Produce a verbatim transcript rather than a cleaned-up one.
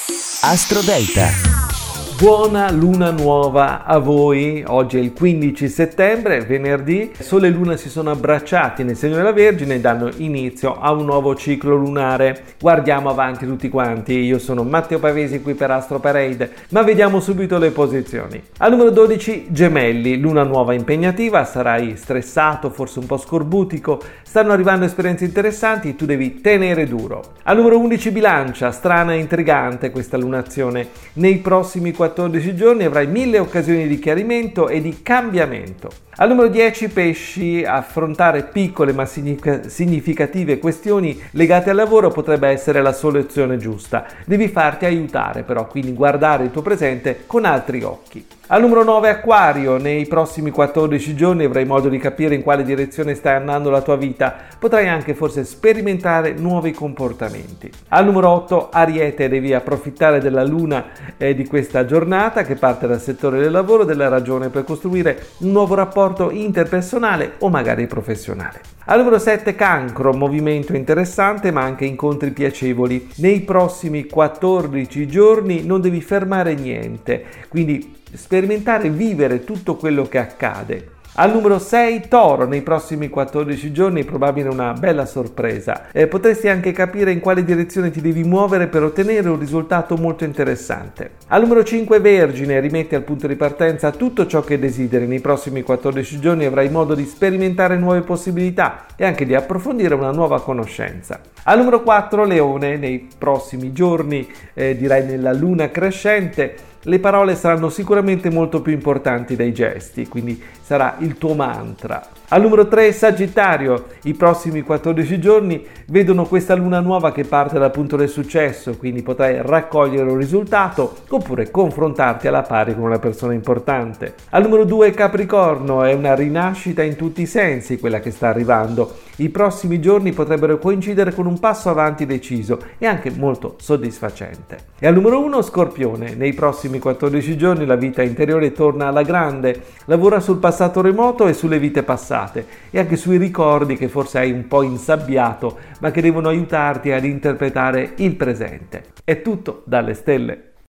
Astrodelta. Buona luna nuova a voi, oggi è il quindici settembre, venerdì, Sole e Luna si sono abbracciati nel segno della Vergine e danno inizio a un nuovo ciclo lunare. Guardiamo avanti tutti quanti, io sono Matteo Pavesi qui per Astro Parade, ma vediamo subito le posizioni. Al numero dodici Gemelli, luna nuova impegnativa, sarai stressato, forse un po' scorbutico, stanno arrivando esperienze interessanti, tu devi tenere duro. Al numero undici Bilancia, strana e intrigante questa lunazione, nei prossimi quattordici giorni avrai mille occasioni di chiarimento e di cambiamento. Al numero dieci Pesci, affrontare piccole ma significative questioni legate al lavoro potrebbe essere la soluzione giusta. Devi farti aiutare però, quindi guardare il tuo presente con altri occhi. Al numero nove Acquario, nei prossimi quattordici giorni avrai modo di capire in quale direzione stai andando la tua vita, potrai anche forse sperimentare nuovi comportamenti. Al numero otto Ariete, devi approfittare della luna eh, di questa giornata che parte dal settore del lavoro, della ragione per costruire un nuovo rapporto interpersonale o magari professionale. Al numero sette Cancro, movimento interessante ma anche incontri piacevoli. Nei prossimi quattordici giorni non devi fermare niente, quindi sperimentare e vivere tutto quello che accade. Al numero sei Toro, nei prossimi quattordici giorni probabile una bella sorpresa. Eh, potresti anche capire in quale direzione ti devi muovere per ottenere un risultato molto interessante. Al numero cinque Vergine, rimetti al punto di partenza tutto ciò che desideri. Nei prossimi quattordici giorni avrai modo di sperimentare nuove possibilità e anche di approfondire una nuova conoscenza. Al numero quattro Leone, nei prossimi giorni, eh, direi nella luna crescente, le parole saranno sicuramente molto più importanti dei gesti, quindi sarà il tuo mantra. Al numero tre Sagittario, i prossimi quattordici giorni vedono questa luna nuova che parte dal punto del successo, quindi potrai raccogliere un risultato oppure confrontarti alla pari con una persona importante. Al numero due Capricorno, è una rinascita in tutti i sensi quella che sta arrivando. I prossimi giorni potrebbero coincidere con un passo avanti deciso e anche molto soddisfacente. E al numero uno Scorpione, nei prossimi quattordici giorni la vita interiore torna alla grande, lavora sul passato remoto e sulle vite passate e anche sui ricordi che forse hai un po' insabbiato ma che devono aiutarti ad interpretare il presente. È tutto dalle stelle.